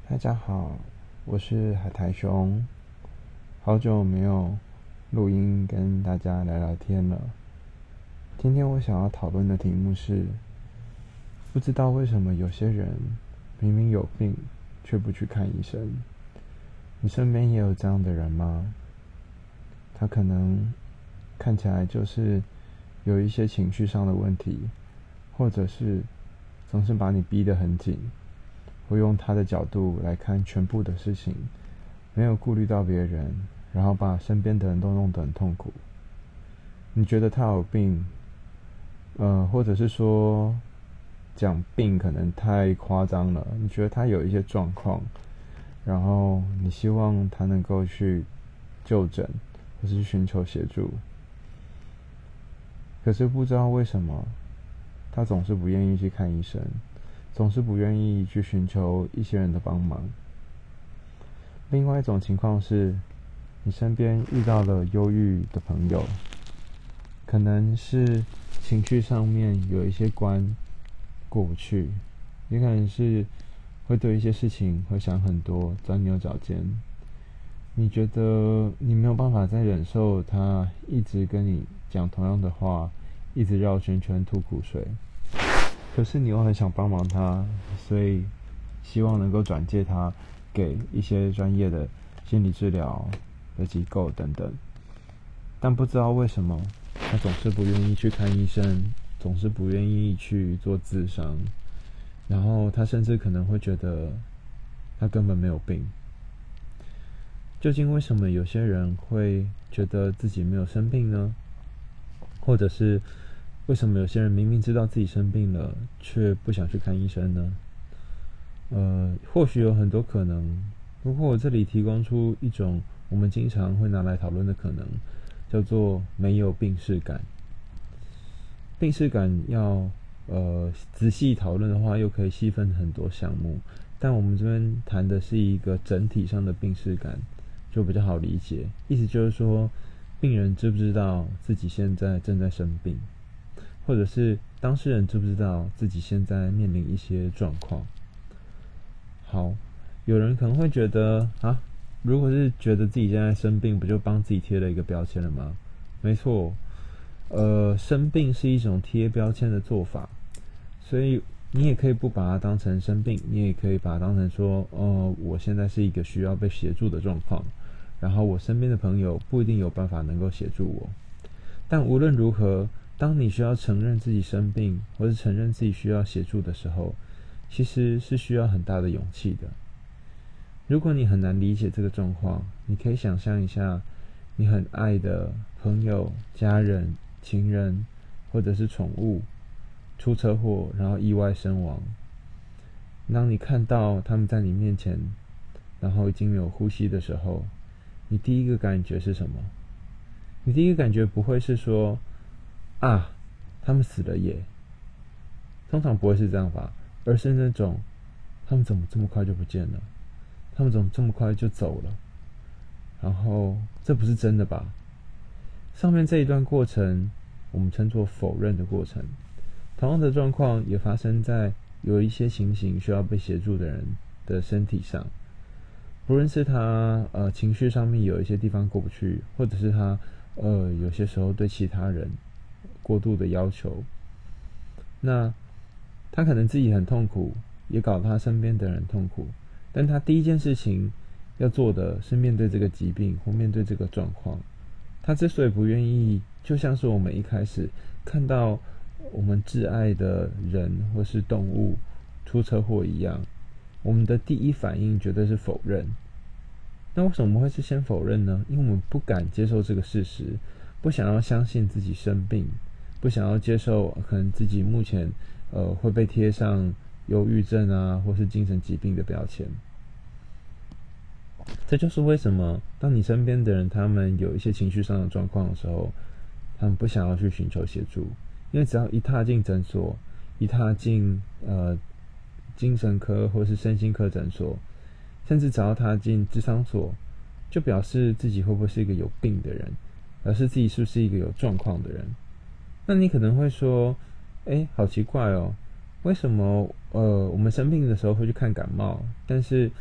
大家好，我是海苔熊，好久没有录音跟大家聊聊天了。今天我想要讨论的题目是，不知道为什么有些人明明有病，却不去看医生。你身边也有这样的人吗？他可能看起来就是有一些情绪上的问题，或者是总是把你逼得很紧，会用他的角度来看全部的事情，没有顾虑到别人，然后把身边的人都弄得很痛苦。你觉得他有病，或者是说讲病可能太夸张了，你觉得他有一些状况，然后你希望他能够去就诊，或是去寻求协助，可是不知道为什么，他总是不愿意去看医生，总是不愿意去寻求一些人的帮忙。另外一种情况是，你身边遇到了忧郁的朋友，可能是情绪上面有一些关过不去，也可能是会对一些事情会想很多，钻牛角尖。你觉得你没有办法再忍受他一直跟你讲同样的话，一直绕圈圈吐苦水，可是你又很想帮忙他，所以希望能够转介他给一些专业的心理治疗的机构等等。但不知道为什么，他总是不愿意去看医生，总是不愿意去做咨商，然后他甚至可能会觉得他根本没有病。究竟为什么有些人会觉得自己没有生病呢？或者是为什么有些人明明知道自己生病了，却不想去看医生呢？或许有很多可能。不过我这里提供出一种我们经常会拿来讨论的可能，叫做没有病识感。病识感要仔细讨论的话，又可以细分很多项目，但我们这边谈的是一个整体上的病识感，就比较好理解。意思就是说，病人知不知道自己现在正在生病，或者是当事人知不知道自己现在面临一些状况。好，有人可能会觉得啊，如果是觉得自己现在生病，不就帮自己贴了一个标签了吗？没错，生病是一种贴标签的做法，所以你也可以不把它当成生病，你也可以把它当成说，我现在是一个需要被协助的状况，然后我身边的朋友不一定有办法能够协助我。但无论如何，当你需要承认自己生病，或是承认自己需要协助的时候，其实是需要很大的勇气的。如果你很难理解这个状况，你可以想象一下，你很爱的朋友、家人、情人，或者是宠物出车祸，然后意外身亡。当你看到他们在你面前，然后已经没有呼吸的时候，你第一个感觉是什么？你第一个感觉不会是说啊，他们死了耶，通常不会是这样吧，而是那种他们怎么这么快就不见了，他们怎么这么快就走了，然后这不是真的吧？上面这一段过程我们称作否认的过程。同样的状况也发生在有一些情形需要被协助的人的身体上，不论是他情绪上面有一些地方过不去，或者是他有些时候对其他人过度的要求，那他可能自己很痛苦，也搞他身边的人痛苦，但他第一件事情要做的是面对这个疾病或面对这个状况。他之所以不愿意，就像是我们一开始看到我们挚爱的人或是动物出车祸一样，我们的第一反应绝对是否认。那为什么会是先否认呢？因为我们不敢接受这个事实，不想要相信自己生病，不想要接受可能自己目前会被贴上忧郁症啊或是精神疾病的标签。这就是为什么当你身边的人他们有一些情绪上的状况的时候，他们不想要去寻求协助，因为只要一踏进诊所，一踏进精神科或是身心科诊所，甚至只要踏进諮商所，就表示自己会不会是一个有病的人，表示自己是不是一个有状况的人。那你可能会说，好奇怪哦，为什么我们生病的时候会去看感冒，但是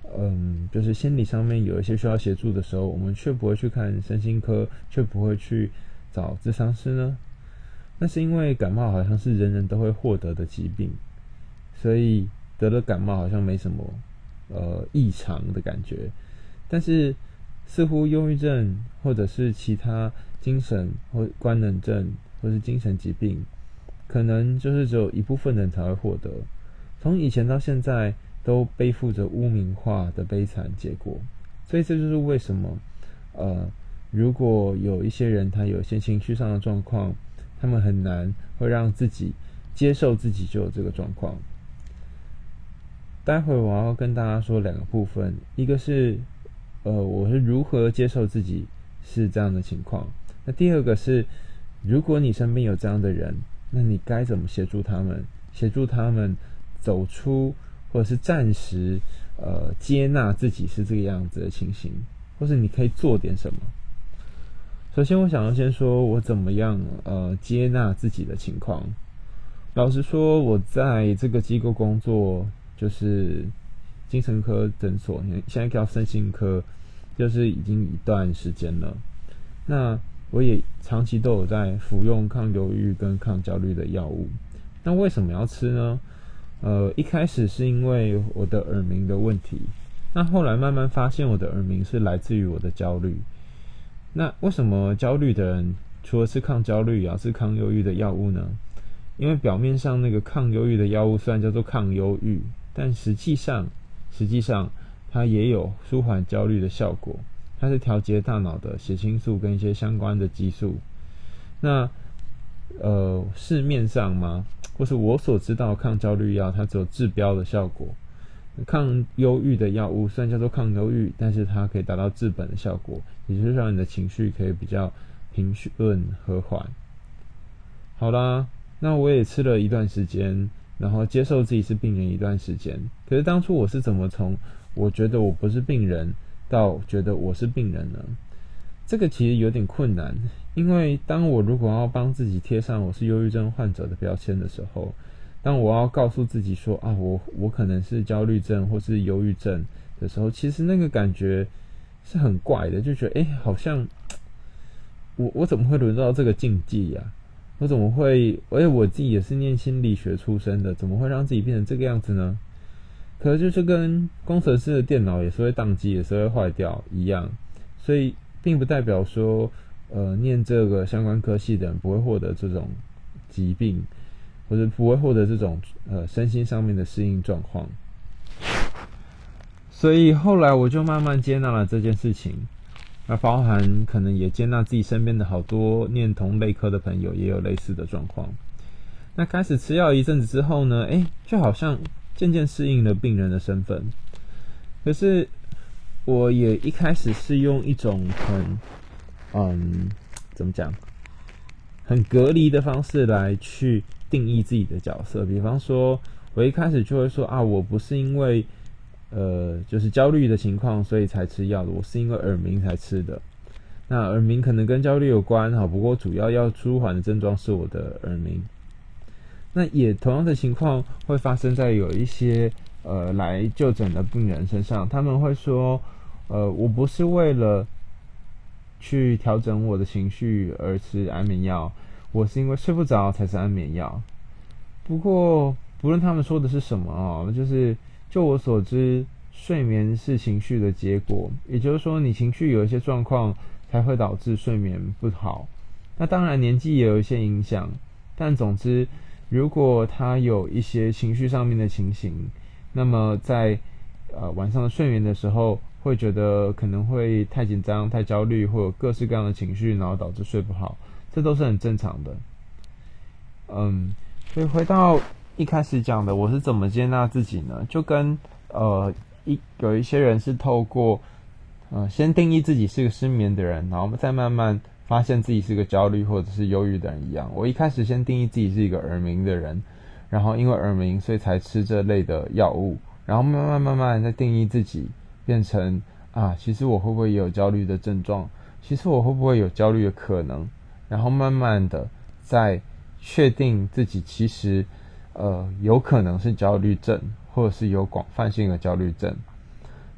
就是心理上面有一些需要协助的时候，我们却不会去看身心科，却不会去找咨商师呢？那是因为感冒好像是人人都会获得的疾病，所以得了感冒好像没什么异常的感觉。但是似乎忧郁症或者是其他精神或官能症或是精神疾病，可能就是只有一部分人才会获得，从以前到现在都背负着污名化的悲惨结果。所以这就是为什么如果有一些人他有一些情绪上的状况，他们很难会让自己接受自己就有这个状况。待会我要跟大家说2个部分，一个是我是如何接受自己是这样的情况，那第二个是如果你身边有这样的人，那你该怎么协助他们走出或者是暂时接纳自己是这个样子的情形，或是你可以做点什么。首先我想要先说我怎么样接纳自己的情况。老实说，我在这个机构工作，就是精神科诊所，现在叫身心科，就是已经一段时间了。那我也长期都有在服用抗忧郁跟抗焦虑的药物。那为什么要吃呢？一开始是因为我的耳鸣的问题，那后来慢慢发现我的耳鸣是来自于我的焦虑。那为什么焦虑的人除了吃抗焦虑也要吃抗忧郁的药物呢？因为表面上那个抗忧郁的药物虽然叫做抗忧郁，但实际上它也有舒缓焦虑的效果，它是调节大脑的血清素跟一些相关的激素。那市面上吗，或是我所知道的抗焦虑药，它只有治标的效果。抗忧郁的药物虽然叫做抗忧郁，但是它可以达到治本的效果，也就是让你的情绪可以比较平顺和缓。好啦，那我也吃了一段时间，然后接受自己是病人一段时间。可是当初我是怎么从我觉得我不是病人到觉得我是病人呢？这个其实有点困难，因为当我如果要帮自己贴上我是忧郁症患者的标签的时候，当我要告诉自己说我可能是焦虑症或是忧郁症的时候，其实那个感觉是很怪的，就觉得好像我怎么会沦到这个境地呀？我怎么会？我自己也是念心理学出身的，怎么会让自己变成这个样子呢？可是就是跟工程师的电脑也是会宕机，也是会坏掉一样，所以并不代表说念这个相关科系的人不会获得这种疾病，或者不会获得这种身心上面的适应状况。所以后来我就慢慢接纳了这件事情，那包含可能也接纳自己身边的好多念同类科的朋友也有类似的状况。那开始吃药一阵子之后呢，就好像渐渐适应了病人的身份。可是我也一开始是用一种怎么讲，很隔离的方式来去定义自己的角色。比方说我一开始就会说我不是因为就是焦虑的情况所以才吃药的，我是因为耳鸣才吃的。那耳鸣可能跟焦虑有关，不过主要舒缓的症状是我的耳鸣。那也同样的情况会发生在有一些来就诊的病人身上，他们会说我不是为了去调整我的情绪而吃安眠药，我是因为睡不着才吃安眠药。不过不论他们说的是什么就我所知，睡眠是情绪的结果，也就是说你情绪有一些状况才会导致睡眠不好。那当然年纪也有一些影响，但总之如果他有一些情绪上面的情形，那么在晚上的睡眠的时候会觉得可能会太紧张太焦虑，或有各式各样的情绪，然后导致睡不好，这都是很正常的。所以回到一开始讲的我是怎么接纳自己呢，就跟有一些人是透过先定义自己是个失眠的人，然后再慢慢发现自己是个焦虑或者是忧郁的人一样。我一开始先定义自己是一个耳鸣的人，然后因为耳鸣所以才吃这类的药物，然后慢慢再定义自己变成其实我会不会也有焦虑的症状，其实我会不会有焦虑的可能，然后慢慢的再确定自己其实有可能是焦虑症，或者是有广泛性的焦虑症。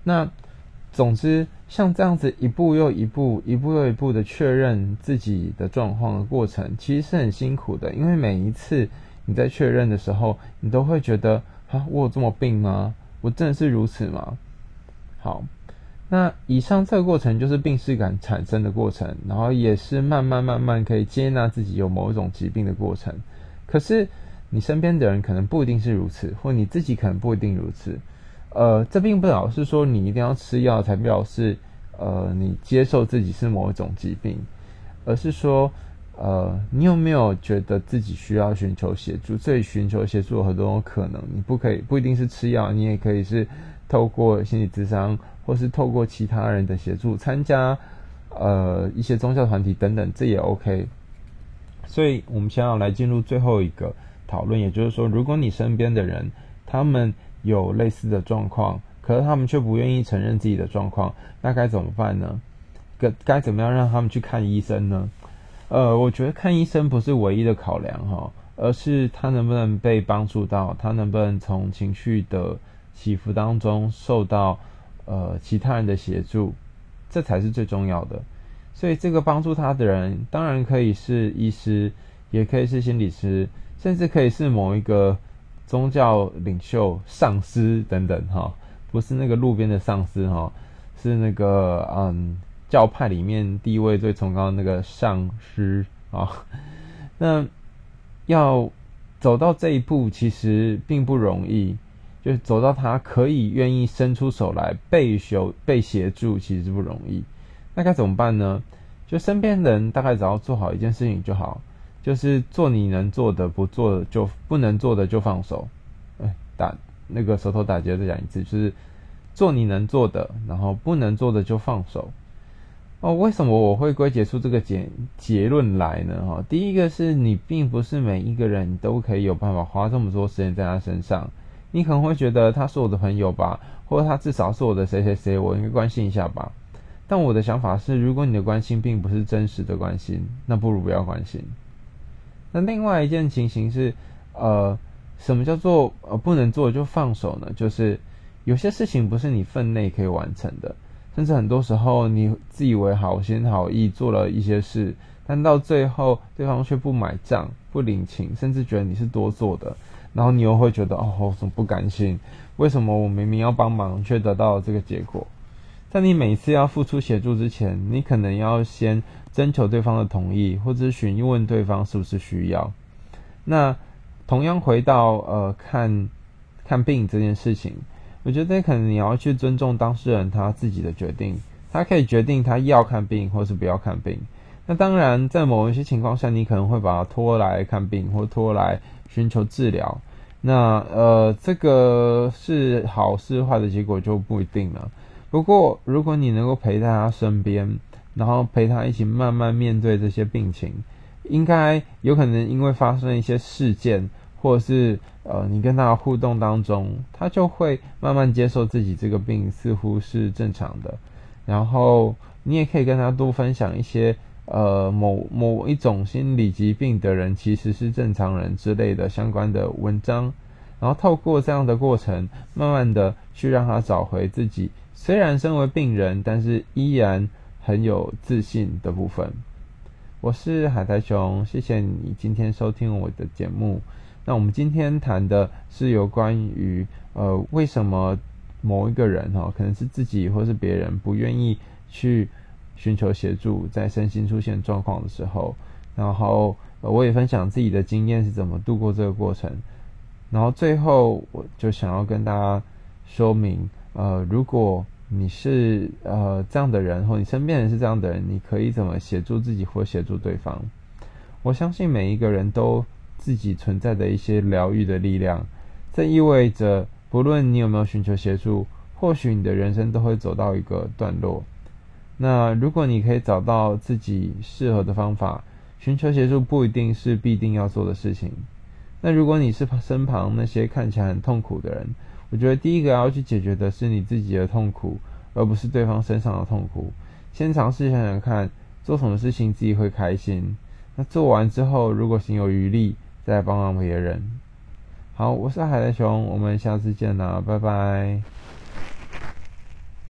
那总之，像这样子一步又一步的确认自己的状况的过程，其实是很辛苦的。因为每一次你在确认的时候，你都会觉得我有这么病吗？我真的是如此吗？好，那以上这个过程就是病识感产生的过程，然后也是慢慢可以接纳自己有某一种疾病的过程。可是你身边的人可能不一定是如此，或你自己可能不一定如此。这并不表示说你一定要吃药才表示你接受自己是某一种疾病，而是说你有没有觉得自己需要寻求协助？这里寻求协助有很多种可能，你不一定是吃药，你也可以是透过心理咨商，或是透过其他人的协助，参加一些宗教团体等等，这也 OK。所以我们先要来进入最后一个讨论，也就是说，如果你身边的人他们有类似的状况，可是他们却不愿意承认自己的状况，那该怎么办呢？该怎么样让他们去看医生呢？我觉得看医生不是唯一的考量而是他能不能被帮助到，他能不能从情绪的起伏当中受到其他人的协助，这才是最重要的。所以这个帮助他的人当然可以是医师，也可以是心理师，甚至可以是某一个宗教领袖、上师等等不是那个路边的上司是那个教派里面地位最崇高的那个上师那要走到这一步其实并不容易，就走到他可以愿意伸出手来被协助，其实不容易。那该怎么办呢？就身边人大概只要做好一件事情就好，就是做你能做的，不能做的就放手。打那个舌头打结再讲一次，就是做你能做的，然后不能做的就放手。为什么我会归结出这个结论来呢？第一个是你并不是每一个人都可以有办法花这么多时间在他身上，你可能会觉得他是我的朋友吧，或者他至少是我的谁谁谁，我应该关心一下吧。但我的想法是，如果你的关心并不是真实的关心，那不如不要关心。那另外一件情形是，什么叫做不能做就放手呢？就是有些事情不是你分内可以完成的，甚至很多时候你自以为好心好意做了一些事，但到最后对方却不买账、不领情，甚至觉得你是多做的，然后你又会觉得我怎么不甘心？为什么我明明要帮忙却得到了这个结果？在你每次要付出协助之前，你可能要先征求对方的同意，或者是询问对方是不是需要。那同样回到看病这件事情，我觉得可能你要去尊重当事人他自己的决定，他可以决定他要看病或是不要看病。那当然在某一些情况下，你可能会把他拖来看病或拖来寻求治疗，那这个是好是坏的结果就不一定了。不过如果你能够陪在他身边，然后陪他一起慢慢面对这些病情，应该有可能因为发生一些事件，或者是你跟他的互动当中，他就会慢慢接受自己这个病似乎是正常的。然后你也可以跟他多分享一些某一种心理疾病的人其实是正常人之类的相关的文章，然后透过这样的过程，慢慢的去让他找回自己虽然身为病人，但是依然很有自信的部分。我是海苔熊，谢谢你今天收听我的节目。那我们今天谈的是有关于为什么某一个人可能是自己或是别人不愿意去寻求协助，在身心出现状况的时候，然后我也分享自己的经验是怎么度过这个过程。然后最后我就想要跟大家说明，如果你是这样的人，或你身边人是这样的人，你可以怎么协助自己或协助对方。我相信每一个人都自己存在的一些疗愈的力量，这意味着不论你有没有寻求协助，或许你的人生都会走到一个段落。那如果你可以找到自己适合的方法，寻求协助不一定是必定要做的事情。那如果你是身旁那些看起来很痛苦的人，我觉得第一个要去解决的是你自己的痛苦，而不是对方身上的痛苦。先尝试想想看，做什么事情自己会开心。那做完之后，如果心有余力，再帮别人。好，我是海苔熊，我们下次见啦，拜拜。